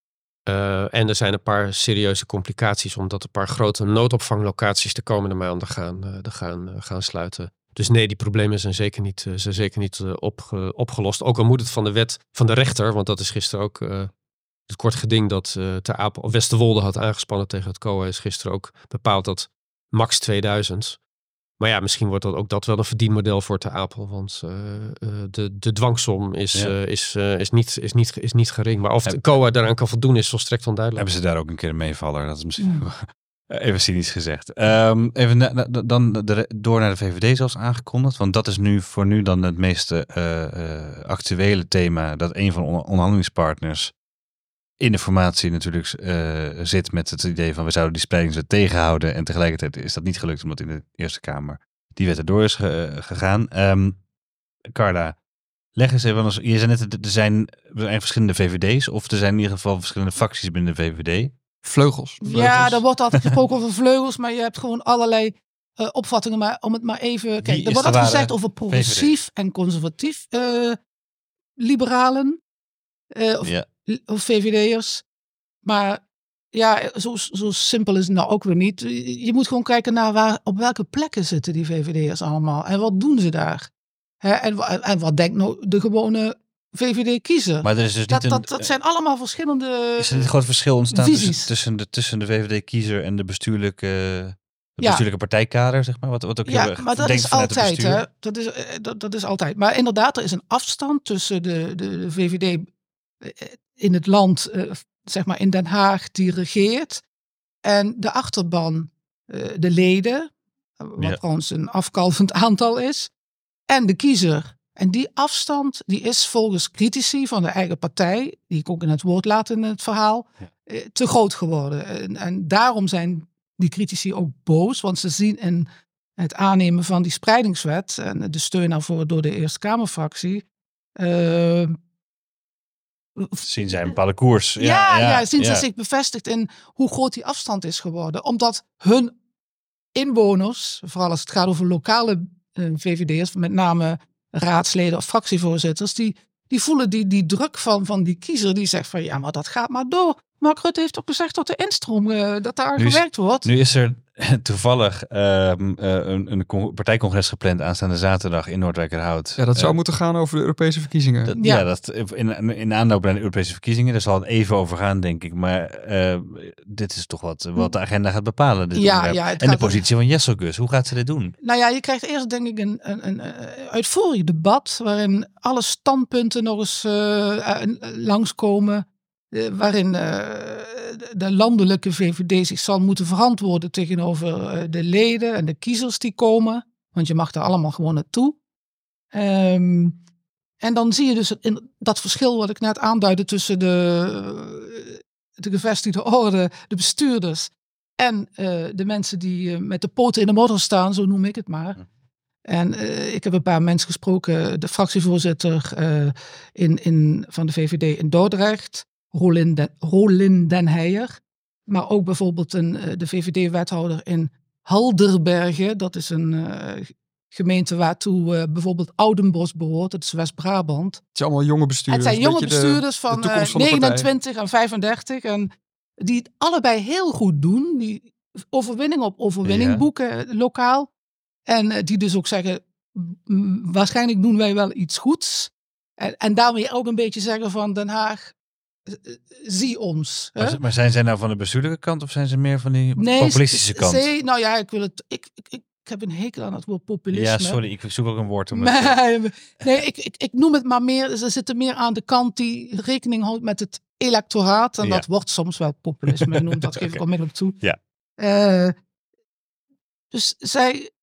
Uh, en er zijn een paar serieuze complicaties, omdat een paar grote noodopvanglocaties de komende maanden gaan, uh, gaan, uh, gaan sluiten. Dus nee, die problemen zijn zeker niet, uh, zijn zeker niet uh, opge- opgelost. Ook al moet het van de wet van de rechter, want dat is gisteren ook... Uh, Het kort geding dat uh, Ter Apel of Westerwolde had aangespannen tegen het C O A is gisteren ook bepaald dat max tweeduizend. Maar ja, misschien wordt dat ook dat wel een verdienmodel voor Ter Apel. Want uh, uh, de, de dwangsom is, ja. uh, is, uh, is, niet, is, niet, is niet gering. Maar of de C O A daaraan kan voldoen is volstrekt onduidelijk. Hebben ze daar ook een keer een meevaller? Dat is misschien mm. even cynisch gezegd. Um, even na, na, dan de, door naar de V V D zoals aangekondigd. Want dat is nu voor nu dan het meest uh, uh, actuele thema. Dat een van de onderhandelingspartners in de formatie natuurlijk uh, zit met het idee van we zouden die spreidingswet tegenhouden. En tegelijkertijd is dat niet gelukt omdat in de Eerste Kamer die wet erdoor is ge, uh, gegaan. Um, Carla, leg eens even, je zei net, er zijn, er zijn verschillende V V D's of er zijn in ieder geval verschillende facties binnen de V V D. Vleugels. vleugels. Ja, daar wordt altijd gesproken over vleugels, maar je hebt gewoon allerlei uh, opvattingen. Maar om het maar even... Kijk, er wordt altijd gezegd over progressief V V D en conservatief uh, liberalen. Uh, of, ja. Of V V D'ers. Maar ja, zo, zo simpel is het nou ook weer niet. Je moet gewoon kijken naar waar, op welke plekken zitten die V V D'ers allemaal. En wat doen ze daar? Hè? En, en wat denkt nou de gewone V V D-kiezer? Maar er is dus dat, niet dat, een, dat zijn allemaal verschillende Is er een groot verschil ontstaan visies. tussen, tussen, de, tussen de V V D-kiezer en de bestuurlijke, de ja. bestuurlijke partijkader, zeg maar? Wat, wat ook ja, heel maar dat is altijd, hè? Dat is, dat, dat is altijd. Maar inderdaad, er is een afstand tussen de, de, de V V D in het land, uh, zeg maar in Den Haag, die regeert. En de achterban, uh, de leden, wat ja. trouwens een afkalvend aantal is. En de kiezer. En die afstand, die is volgens critici van de eigen partij, die ik ook in het woord laat in het verhaal, ja. uh, te groot geworden. En, en daarom zijn die critici ook boos, want ze zien in het aannemen van die spreidingswet en de steun daarvoor door de Eerste Kamerfractie, uh, zien zij een bepaalde koers. Ja, ja, ja, ja zien ja. ze zich bevestigd in hoe groot die afstand is geworden. Omdat hun inwoners, vooral als het gaat over lokale uh, V V D'ers, met name raadsleden of fractievoorzitters, die, die voelen die, die druk van, van die kiezer die zegt van ja, maar dat gaat maar door. Mark Rutte heeft ook gezegd dat de instroom, uh, dat daar nu is, gewerkt wordt. Nu is er toevallig um, uh, een, een partijcongres gepland aanstaande zaterdag in Noordwijkerhout. Ja, dat zou uh, moeten gaan over de Europese verkiezingen. Dat, ja. ja, dat in, in aanloop naar de Europese verkiezingen. Daar zal het even over gaan, denk ik. Maar uh, dit is toch wat, wat de agenda gaat bepalen. Dit ja, ja, en de positie van Jesselgus. Hoe gaat ze dit doen? Nou ja, je krijgt eerst denk ik een, een, een uitvoerig debat waarin alle standpunten nog eens uh, langskomen. Uh, waarin uh, de landelijke V V D zich zal moeten verantwoorden tegenover uh, de leden en de kiezers die komen. Want je mag daar allemaal gewoon naartoe. Um, en dan zie je dus in dat verschil wat ik net aanduidde tussen de, de gevestigde orde, de bestuurders en uh, de mensen die uh, met de poten in de modder staan, zo noem ik het maar. En uh, ik heb een paar mensen gesproken, de fractievoorzitter uh, in, in, van de V V D in Dordrecht, Rolin, de, Rolin den Heijer. Maar ook bijvoorbeeld een, uh, de V V D-wethouder in Halderbergen. Dat is een uh, gemeente waartoe uh, bijvoorbeeld Oudenbosch behoort. Dat is West-Brabant. Het zijn allemaal jonge bestuurders. Het zijn jonge bestuurders de, van, de uh, van negenentwintig en vijfendertig. En die het allebei heel goed doen. Die overwinning op overwinning ja. boeken lokaal. En uh, die dus ook zeggen, m- waarschijnlijk doen wij wel iets goeds. En, en daarmee ook een beetje zeggen van Den Haag, uh, zie ons. Maar, maar zijn zij nou van de bestuurlijke kant of zijn ze meer van die nee, populistische kant? Nee, nou ja, ik wil het. Ik, ik, ik, ik heb een hekel aan het woord populisme. Ja, sorry, ik zoek ook een woord om nee, nee, ik, ik, ik noem het maar meer. Ze zitten meer aan de kant die rekening houdt met het electoraat. En ja. dat wordt soms wel populisme genoemd. Dat geef okay. ik onmiddellijk toe. Ja. Uh, dus zij.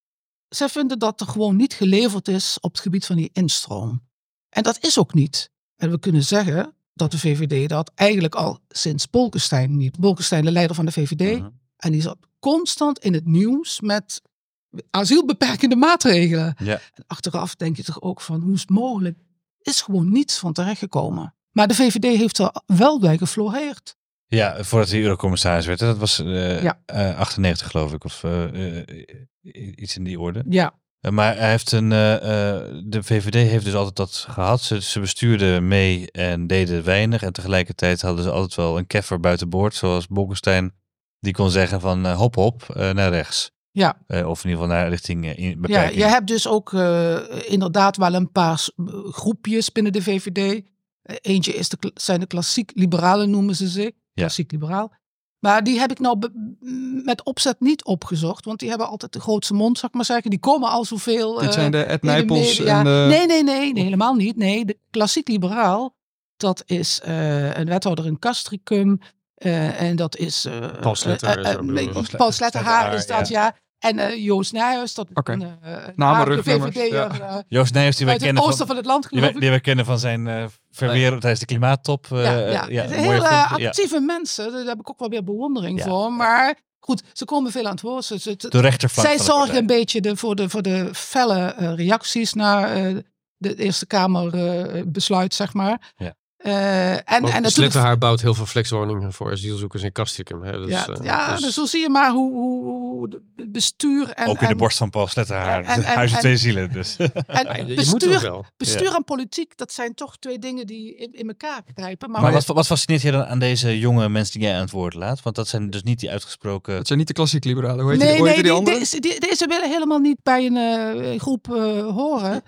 Zij vinden dat er gewoon niet geleverd is op het gebied van die instroom. En dat is ook niet. En we kunnen zeggen dat de V V D dat eigenlijk al sinds Bolkestein niet. Bolkestein, de leider van de V V D. Uh-huh. En die zat constant in het nieuws met asielbeperkende maatregelen. Ja. En achteraf denk je toch ook van, hoe is het mogelijk? Is gewoon niets van terechtgekomen. Maar de V V D heeft er wel bij gefloreerd. Ja, voordat hij eurocommissaris werd. Dat was uh, ja. uh, achtennegentig geloof ik. Of uh, uh, iets in die orde. Ja. Uh, maar hij heeft een, uh, uh, de V V D heeft dus altijd dat gehad. Ze, ze bestuurden mee en deden weinig. En tegelijkertijd hadden ze altijd wel een keffer buiten boord. Zoals Bolkestein. Die kon zeggen van uh, hop hop uh, naar rechts. Ja. Uh, of in ieder geval naar richting uh, beperking. Ja, je hebt dus ook uh, inderdaad wel een paar groepjes binnen de V V D. Uh, eentje is de, zijn de klassiek liberalen noemen ze zich. Klassiek ja. liberaal. Maar die heb ik nou be- met opzet niet opgezocht. Want die hebben altijd de grootste mond, zou ik maar zeggen. Die komen al zoveel... Dit uh, zijn de Ed Nijpels en de... Nee, nee, nee, nee, helemaal niet. Nee, de klassiek liberaal, dat is uh, een wethouder in Castricum. Uh, en dat is... Uh, Paul Sletter. Uh, uh, uh, Paul Sletterhaar is dat, ja. ja. En uh, Joost Nijhuis, dat okay. een uh, aardige V V D'er. Ja. Uh, Joost Nijhuis, die wij kennen oosten van, van het land, die wij, die wij kennen van zijn uh, verweer nee. tijdens de klimaattop. Uh, ja, ja. ja, heel uh, actieve ja. mensen, daar heb ik ook wel weer bewondering ja. voor. Maar goed, ze komen veel aan het woord. Ze, ze, de rechterflank zij zorgen een beetje de, voor, de, voor de felle uh, reacties naar uh, de Eerste Kamer uh, besluit, zeg maar. Ja. Uh, en, en natuurlijk... Sletterhaar bouwt heel veel flexwoningen voor asielzoekers in Castricum. Hè? Dus, ja, uh, ja dus... dus zo zie je maar hoe, hoe het bestuur... En, ook in en, de borst van Paul Sletterhaar. Huizen twee zielen. Dus. En ja, bestuur, bestuur en politiek, dat zijn toch twee dingen die in, in elkaar grijpen. Maar, maar wat, wat fascineert je dan aan deze jonge mensen die jij aan het woord laat? Want dat zijn dus niet die uitgesproken... Dat zijn niet de klassiek liberalen. Hoe heet nee, die, hoe nee, heet die, die andere? Deze, die, deze willen helemaal niet bij een uh, groep uh, horen.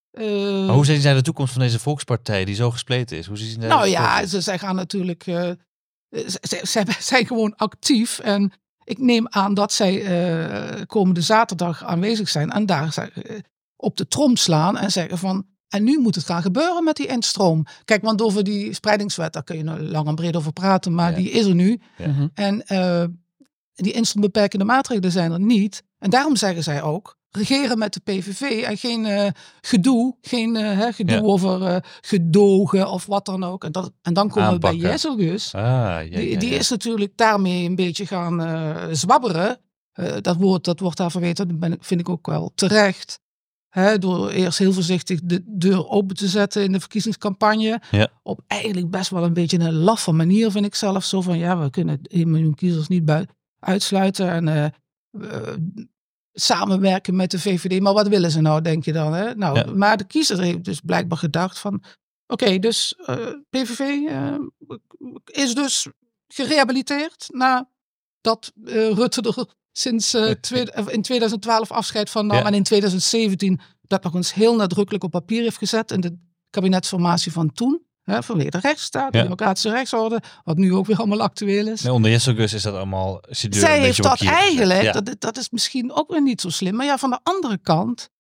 Uh, maar hoe zien zij de toekomst van deze volkspartij die zo gespleten is? Hoe zien zij nou ja, ze, zij gaan natuurlijk... Uh, zij, zij zijn gewoon actief. En ik neem aan dat zij uh, komende zaterdag aanwezig zijn. En daar uh, op de trom slaan en zeggen van... En nu moet het gaan gebeuren met die instroom. Kijk, want over die spreidingswet, daar kun je nou lang en breed over praten. Maar ja. die is er nu. Ja. En uh, die instroombeperkende maatregelen zijn er niet. En daarom zeggen zij ook... regeren met de P V V en geen uh, gedoe, geen uh, hè, gedoe ja. over uh, gedogen of wat dan ook. En, dat, en dan komen Aanpakken. we bij Jezelgus. Ah, ja, die, ja, die ja. is natuurlijk daarmee een beetje gaan uh, zwabberen. Uh, dat, woord, dat wordt daar verweten, dat ben, vind ik ook wel terecht. Hè, door eerst heel voorzichtig de deur open te zetten in de verkiezingscampagne. Ja. Op eigenlijk best wel een beetje een laffe manier, vind ik zelf. Zo van, ja, we kunnen één miljoen kiezers niet bui- uitsluiten. En uh, uh, samenwerken met de V V D. Maar wat willen ze nou, denk je dan? Hè? Nou, ja. Maar de kiezer heeft dus blijkbaar gedacht van... Oké, okay, dus uh, P V V uh, is dus gerehabiliteerd... nadat uh, Rutte er sinds uh, tweede, in twintig twaalf afscheid van nam... Ja. En in twintig zeventien dat nog eens heel nadrukkelijk op papier heeft gezet... in de kabinetsformatie van toen... Hè, vanwege de rechtsstaat, de ja. democratische rechtsorde, wat nu ook weer allemaal actueel is. Nee, onder Jezelgus is dat allemaal... Zij heeft dat eigenlijk, ja. dat, dat is misschien ook weer niet zo slim. Maar ja, van de andere kant...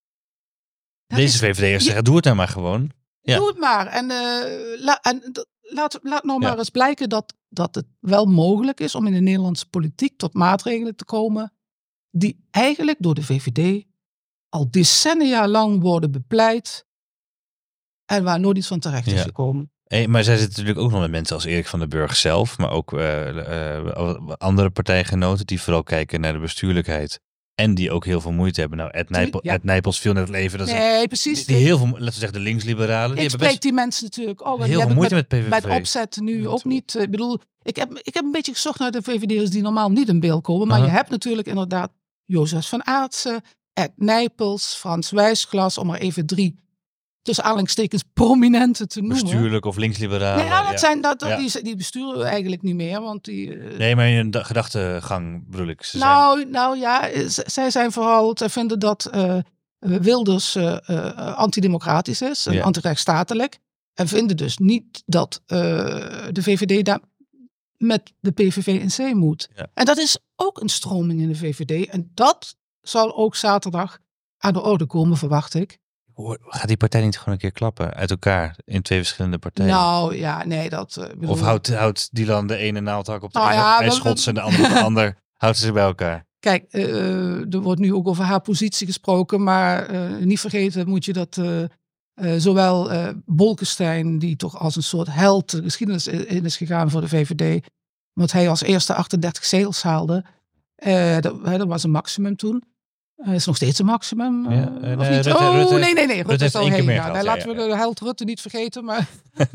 Deze V V D'ers zeggen, doe het nou maar gewoon. Ja. Doe het maar. En, uh, la, en laat, laat nou ja. maar eens blijken dat, dat het wel mogelijk is om in de Nederlandse politiek tot maatregelen te komen die eigenlijk door de V V D al decennia lang worden bepleit en waar nooit iets van terecht is ja. gekomen. Hey, maar zij zitten natuurlijk ook nog met mensen als Erik van den Burg zelf, maar ook uh, uh, andere partijgenoten die vooral kijken naar de bestuurlijkheid En die ook heel veel moeite hebben. Nou, Ed, Nijpel, Ja. Ed Nijpels viel net het leven. Dat is Nee, precies. die, die heel veel, laten we zeggen, de linksliberalen. Die Ik hebben spreek best die mensen natuurlijk ook. En die heel veel heb ik moeite met, met, P V V. bij het opzetten nu Ja, ook toch. niet. Ik bedoel, ik heb, ik heb een beetje gezocht naar de V V D'ers die normaal niet in beeld komen. Maar Aha. je hebt natuurlijk inderdaad Jozef van Aartsen, Ed Nijpels, Frans Wijsglas, om er even drie tussen aanhalingstekens prominente te noemen. Bestuurlijk of linksliberalen. Nee, ja, dat ja. zijn, dat, dat- Ja. die, die besturen we eigenlijk niet meer. Want die, eh, Nee, maar in een da- gedachtegang bedoel ik. Ze zijn, nou, nou ja, eh, z- zij zijn vooral, zij vinden dat eh, Wilders eh, eh, antidemocratisch is en Ja. antirechtsstatelijk. En vinden dus niet dat eh, de V V D daar met de P V V in C moet. Ja. En dat is ook een stroming in de V V D. En dat zal ook zaterdag aan de orde komen, verwacht ik. Hoor, gaat die partij niet gewoon een keer klappen uit elkaar in twee verschillende partijen? Nou ja, nee, dat... eh, bedoel- Of houdt, houdt Dylan de ene naaldhak op de Nou ene ja, we- ijsschots en de andere op de ander? Houdt ze bij elkaar? Kijk, eh, er wordt nu ook over haar positie gesproken, maar eh, niet vergeten moet je dat eh, eh, zowel eh Bolkestein, die toch als een soort held de geschiedenis in is gegaan voor de V V D, want hij als eerste achtendertig zetels haalde, eh, dat, hè, dat was een maximum toen. Uh, is nog steeds een maximum? uh, Ja, eh, of nee, niet? Rutte- oh, Rutte- nee, nee, nee. Rutte, Rutte is heeft al één keer heen. meer Ja, gehad, nee, ja, laten ja, we de held Rutte niet vergeten. Maar,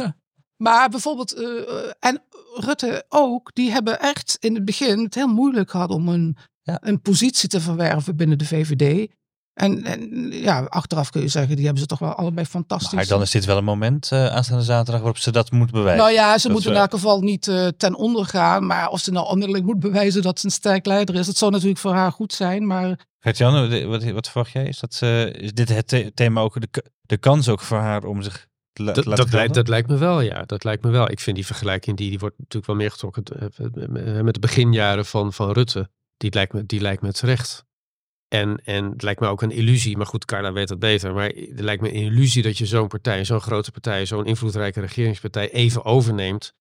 maar bijvoorbeeld, uh, en Rutte ook, die hebben echt in het begin het heel moeilijk gehad om een, Ja. een positie te verwerven binnen de V V D. En, en ja, achteraf kun je zeggen, die hebben ze toch wel allebei fantastisch. Maar dan is dit wel een moment uh, aanstaande zaterdag waarop ze dat moeten bewijzen. Nou ja, ze Dat moeten is, in elk geval niet uh, ten onder gaan. Maar of ze nou onmiddellijk moet bewijzen dat ze een sterk leider is, dat zou natuurlijk voor haar goed zijn. Maar Gert-Jan, wat, wat verwacht jij? Is, dat, uh, is dit het the- thema ook, de, de kans ook voor haar om zich te la- Dat, laten dat, lijkt, gelden? dat lijkt me wel, ja. Dat lijkt me wel. Ik vind die vergelijking, die, die wordt natuurlijk wel meer getrokken uh, met de beginjaren van, van Rutte. Die lijkt me, die lijkt me terecht. En, en het lijkt me ook een illusie, maar goed, Carla weet dat beter. Maar het lijkt me een illusie dat je zo'n partij, zo'n grote partij, zo'n invloedrijke regeringspartij even overneemt.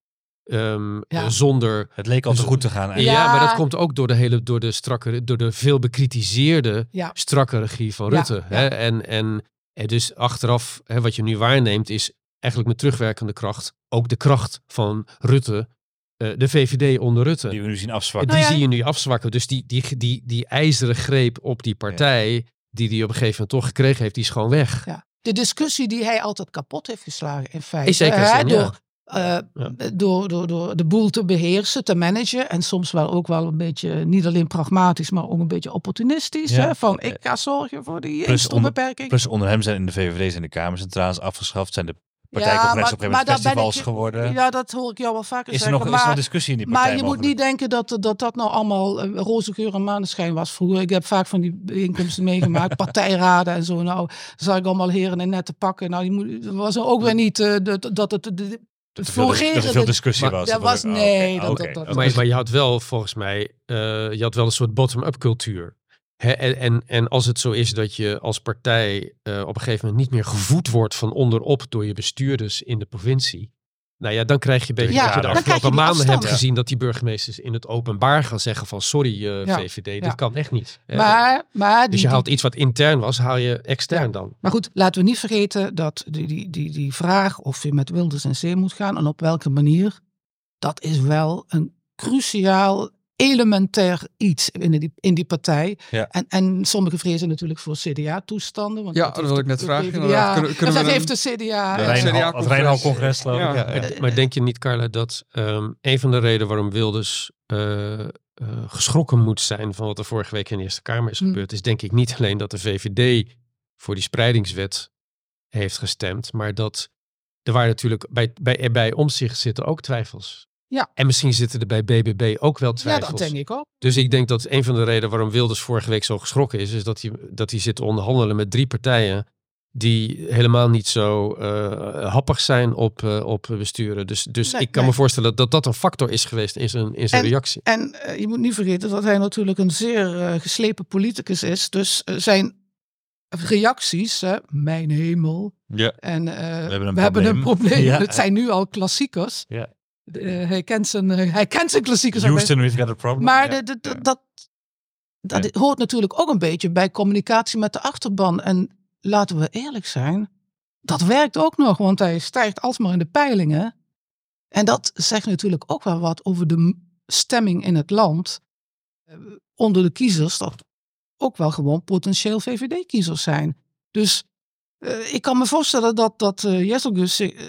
Um, Ja. uh, zonder... Het leek al te Dus- goed te gaan Ja, eigenlijk. Ja. maar dat komt ook door de hele, door de strakke, door de veel bekritiseerde, ja, strakke regie van Ja, Rutte. ja. Hè? En, en, en dus achteraf, hè, wat je nu waarneemt, is eigenlijk met terugwerkende kracht ook de kracht van Rutte, uh, de V V D onder Rutte. Die we nu zien Die, afzwakken. Nou ja. zie je nu afzwakken. Dus die, die, die, die ijzeren greep op die partij, die hij op een gegeven moment toch gekregen heeft, die is gewoon weg. ja. De discussie die hij altijd kapot heeft geslagen, in feite. In zekere hè, zin, ja. door, uh, Ja. door, door, door de boel te beheersen, te managen. En soms wel ook wel een beetje, niet alleen pragmatisch, maar ook een beetje opportunistisch. Ja. Hè, van ik ga zorgen voor die Plus instroombeperking. Plus onder hem zijn in de V V D zijn de kamercentrales afgeschaft, zijn de Ja, partijcongressen op een maar- gegeven moment maar daar ben festivals ik- geworden. Ja, dat hoor ik jou wel vaker Is er zeggen. nog, is er maar, nog discussie in die partij? maar je moet mogelijk? niet denken dat, dat dat nou allemaal uh, roze geur en maneschijn was vroeger. Ik heb vaak van die bijeenkomsten meegemaakt, partijraden en zo. Nou, zag ik allemaal heren en netten pakken. Nou, die moet, dat was ook weer niet uh, de, dat het de, de, het Dat er veel, dat er floreren. veel discussie Maar- was. dat was- oh, nee, oké, dat- oké, dat- dat- oké. Maar, maar je had wel, volgens mij, uh, je had wel een soort bottom-up cultuur. Hè, en, en, en als het zo is dat je als partij uh, op een gegeven moment niet meer gevoed wordt van onderop door je bestuurders in de provincie. Nou ja, dan krijg je een beetje Ja, wat je de dan krijg je afgelopen die maanden afstand. hebt gezien dat die burgemeesters in het openbaar gaan zeggen van sorry uh, Ja, V V D, dit ja. kan echt niet. Hè. Maar, maar, dus die, je haalt die- iets wat intern was, haal je extern Ja. dan. maar goed, laten we niet vergeten dat die, die, die, die vraag of je met Wilders en C moet gaan en op welke manier, dat is wel een cruciaal, elementair iets in die, in die partij. Ja. En, en sommigen vrezen natuurlijk voor C D A-toestanden. want Ja, dat dat heeft wil ik de- net de vragen, P V D. inderdaad. Ja, Kunnen- kunnen dat we heeft een- de C D A. De Ja, eh, Rijnhal- C D A het Rijnhal-congres, geloof ik. Ja. Ja. Maar, maar denk je niet, Carla, dat um, een van de redenen waarom Wilders uh, uh, geschrokken moet zijn van wat er vorige week in de Eerste Kamer is Hmm. gebeurd, is denk ik niet alleen dat de V V D voor die spreidingswet heeft gestemd, maar dat er waren natuurlijk bij, bij, bij Omtzigt zitten ook twijfels. Ja. En misschien zitten er bij B B B ook wel Ja, twijfels. dat denk ik ook. Dus ik denk dat een van de redenen waarom Wilders vorige week zo geschrokken is, is dat hij, dat hij zit te onderhandelen met drie partijen die helemaal niet zo uh, happig zijn op, uh, op besturen. Dus, dus Nee, ik kan nee. me voorstellen dat dat een factor is geweest in zijn, in zijn En- reactie. En uh, je moet niet vergeten dat hij natuurlijk een zeer uh, geslepen politicus is. Dus uh, zijn reacties, hè, mijn hemel, Ja. en uh, we hebben een we hebben een probleem. probleem. Ja. Het zijn nu al klassiekers. Ja. Uh, hij, kent zijn, uh, hij kent zijn klassiekers. ook Houston, we've got a problem. Maar Ja. de, de, de- Ja. dat, dat Ja. hoort natuurlijk ook een beetje bij communicatie met de achterban. En laten we eerlijk zijn, dat werkt ook nog, want hij stijgt alsmaar in de peilingen. En dat zegt natuurlijk ook wel wat over de m- stemming in het land. Eh, onder de kiezers, dat ook wel gewoon potentieel V V D-kiezers zijn. Dus uh, ik kan me voorstellen dat, dat uh, Jezelgus uh,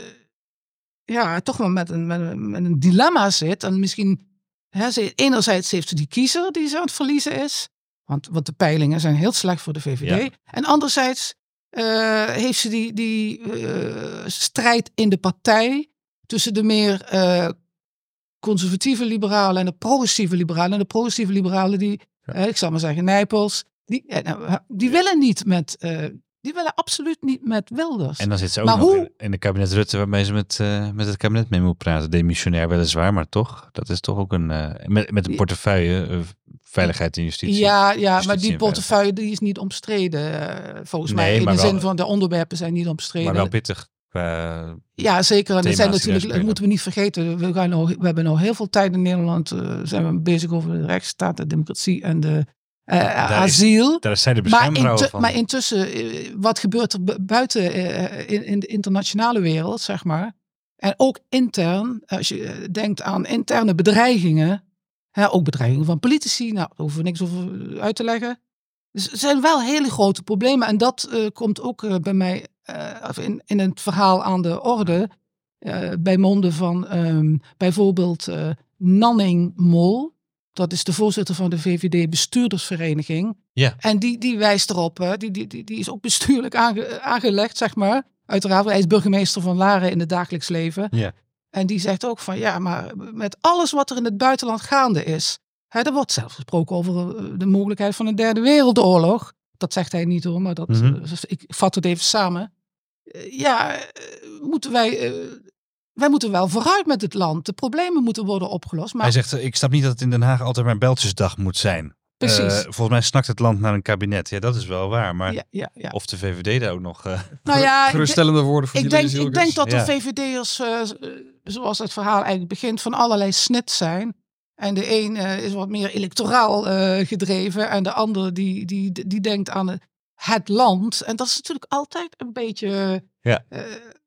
ja, toch wel met een, met, een, met een dilemma zit. En misschien, hè, ze, enerzijds heeft ze die kiezer die ze aan het verliezen is. Want, want de peilingen zijn heel slecht voor de V V D. Ja. En anderzijds uh, heeft ze die, die uh, strijd in de partij tussen de meer uh, conservatieve liberalen en de progressieve liberalen. En de progressieve liberalen, die, ja. uh, ik zal maar zeggen, Nijpels, die, uh, die willen niet met... Uh, Die willen absoluut niet met Wilders. En dan zit ze ook maar nog hoe... in de kabinet Rutte, waarmee ze met, uh, met het kabinet mee moet praten. Demissionair weliswaar, maar toch. Dat is toch ook een... Uh, met, met een portefeuille, uh, veiligheid en justitie. Ja, ja justitie maar die portefeuille die is niet omstreden. Uh, volgens nee, mij. In de wel, zin van de onderwerpen zijn niet omstreden. Maar wel pittig. Uh, ja, zeker. En er zijn natuurlijk, dat moeten we niet vergeten. We, gaan nog, we hebben nog heel veel tijd in Nederland. Uh, zijn we bezig over de rechtsstaat, de democratie en de... Uh, daar asiel. Is, daar zijn de beschermvrouwen maar, intu- van. maar intussen, uh, wat gebeurt er bu- buiten uh, in, in de internationale wereld, zeg maar. En ook intern, als je uh, denkt aan interne bedreigingen. Hè, ook bedreigingen van politici, nou, daar hoeven we niks over uit te leggen. Dus er zijn wel hele grote problemen. En dat uh, komt ook uh, bij mij uh, in, in het verhaal aan de orde. Uh, bij monden van um, bijvoorbeeld uh, Nanning Mol. Dat is de voorzitter van de V V D-bestuurdersvereniging. Ja. En die, die wijst erop, hè, die, die, die, die is ook bestuurlijk aange, aangelegd, zeg maar. Uiteraard, hij is burgemeester van Laren in het dagelijks leven. Ja. En die zegt ook van, ja, maar met alles wat er in het buitenland gaande is. Hè, er wordt zelfs gesproken over de mogelijkheid van een derde wereldoorlog. Dat zegt hij niet hoor, maar dat, mm-hmm. uh, ik vat het even samen. Uh, ja, uh, moeten wij... Uh, Wij moeten wel vooruit met het land. De problemen moeten worden opgelost. Maar... Hij zegt, ik snap niet dat het in Den Haag altijd maar Bijltjesdag moet zijn. Precies. Uh, volgens mij snakt het land naar een kabinet. Ja, dat is wel waar. Maar ja, ja, ja. of de V V D daar ook nog... Uh... Nou ja, geruststellende woorden voor ik die denk, ik denk dat de ja. V V D'ers, uh, zoals het verhaal eigenlijk begint, van allerlei snit zijn. En de een uh, is wat meer electoraal uh, gedreven. En de ander die, die, die, die denkt aan het, het land. En dat is natuurlijk altijd een beetje... Ja. Uh,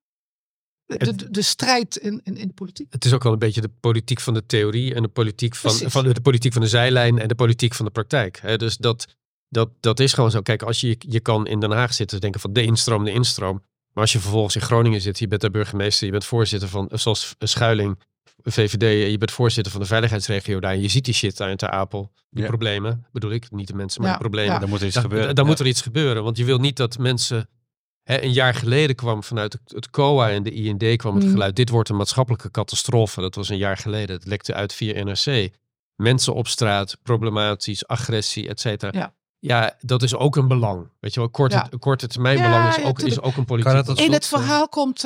De, de, de strijd in, in, in de politiek. Het is ook wel een beetje de politiek van de theorie en de politiek van, van de, de politiek van de zijlijn en de politiek van de praktijk. He, dus dat, dat, dat is gewoon zo. Kijk, als je, je kan in Den Haag zitten denken van de instroom, de instroom. Maar als je vervolgens in Groningen zit, je bent daar burgemeester, je bent voorzitter van, zoals Schuiling, V V D, je bent voorzitter van de veiligheidsregio daar. En je ziet die shit daar in Ter Apel. Die ja. problemen, bedoel ik, niet de mensen, maar ja, de problemen. Ja. Dan moet er iets da, gebeuren. Da, dan ja. moet er iets gebeuren, want je wil niet dat mensen... He, een jaar geleden kwam vanuit het C O A en de I N D kwam het geluid. Mm. Dit wordt een maatschappelijke catastrofe. Dat was een jaar geleden. Het lekte uit via N R C. Mensen op straat, problematisch, agressie, et cetera. Ja. ja, dat is ook een belang. Weet je wel, korte, ja. korte termijn ja, belang is, ja, ook, is ook een politiek. In slot, het verhaal komt, uh,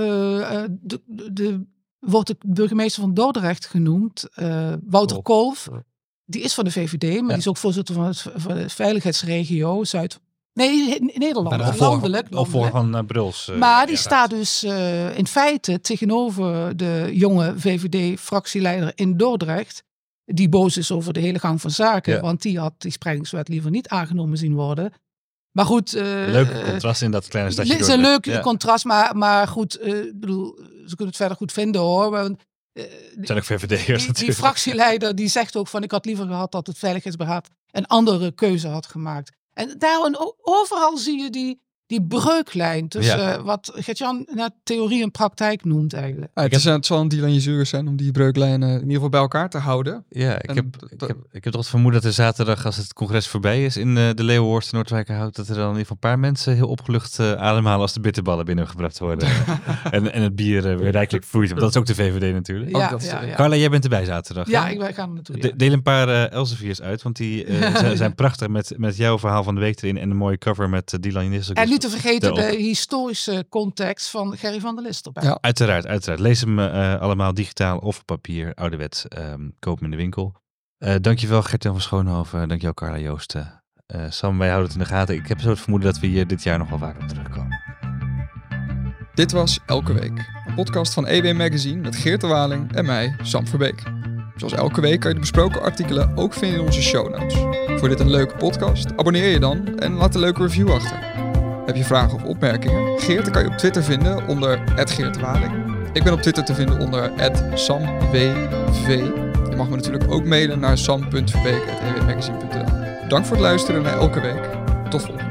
uh, de, de, de, wordt de burgemeester van Dordrecht genoemd. Uh, Wouter oh. Kolff. Ja. Die is van de V V D, maar ja. die is ook voorzitter van het, van de veiligheidsregio Zuid. Nee, Nederland, of landelijk. Of voor van uh, Bruls. Uh, maar die ja, staat dus uh, in feite tegenover de jonge V V D-fractieleider in Dordrecht. Die boos is over de hele gang van zaken. Ja. Want die had die spreidingswet liever niet aangenomen zien worden. Maar goed. Uh, Leuke contrast in dat kleine stadje. Het is een leuk ja. contrast, maar, maar goed. Uh, bedoel, ze kunnen het verder goed vinden hoor. Maar, uh, zijn ook V V D'ers die, die fractieleider die zegt ook van ik had liever gehad dat het Veiligheidsberaad een andere keuze had gemaakt. En daar overal zie je die, die breuklijn tussen ja. uh, wat Gert-Jan naar theorie en praktijk noemt eigenlijk. Ja, het, is, het zal een deal aan je zuur zijn om die breuklijnen in ieder geval bij elkaar te houden. Ja, ik, en, heb, dat, ik, heb, ik heb toch het vermoeden dat er zaterdag, als het congres voorbij is in uh, de Leeuwenhorst in Noordwijkerhout, dat er dan in ieder geval een paar mensen heel opgelucht uh, ademhalen als de bitterballen binnengebracht worden. en, en het bier uh, weer rijkelijk vloeit. Want dat is ook de V V D natuurlijk. Ja, dat, ja, ja. Carla, jij bent erbij zaterdag. Ja, hè? ik ga er naartoe. Ja. De, deel een paar uh, Elsevier's uit, want die uh, zijn, zijn prachtig met, met jouw verhaal van de week erin en een mooie cover met uh, Dylan Nissel. En niet te vergeten de historische context van Gerry van der List erbij. Ja. Uiteraard, uiteraard. Lees hem uh, allemaal digitaal of op papier, ouderwets. Um, koop hem in de winkel. Uh, dankjewel Gert-Jan van Schoonhoven. Dankjewel Carla Joosten. Uh, Sam, wij houden het in de gaten. Ik heb zo het vermoeden dat we hier dit jaar nog wel vaker op terugkomen. Dit was Elke Week. Een podcast van E W Magazine met Geert de Waling en mij, Sam Verbeek. Zoals elke week kan je de besproken artikelen ook vinden in onze show notes. Voor dit een leuke podcast, abonneer je dan en laat een leuke review achter. Heb je vragen of opmerkingen? Geert kan je op Twitter vinden onder at Geert de Waling. Ik ben op Twitter te vinden onder at samwv. Je mag me natuurlijk ook mailen naar sam punt verbeek at e w magazine punt n l. Dank voor het luisteren naar Elke Week. Tot volgende.